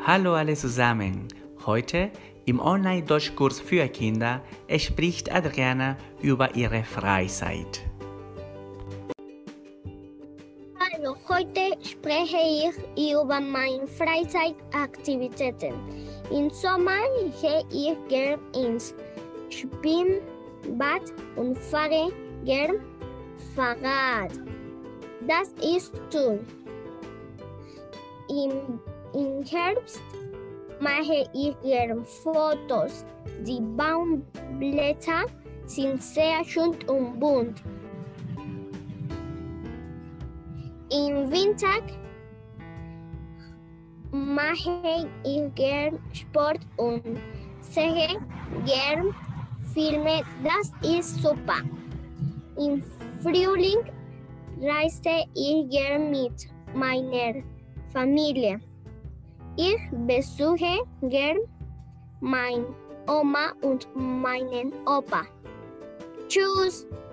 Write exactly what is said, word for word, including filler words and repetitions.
Hallo alle zusammen. Heute im Online-Deutschkurs für Kinder spricht Adriana über ihre Freizeit. Hallo, heute spreche ich über meine Freizeitaktivitäten. Im Sommer gehe ich gern ins Schwimmbad und fahre gern Fahrrad. Das ist toll. Im, Im Herbst mache ich gern Fotos. Die Baumblätter sind sehr schön und bunt. Im Winter mache ich gern Sport und sehe gern Filme. Das ist super. Im Frühling reise ich gern mit meiner Familie. Ich besuche gern meine Oma und meinen Opa. Tschüss!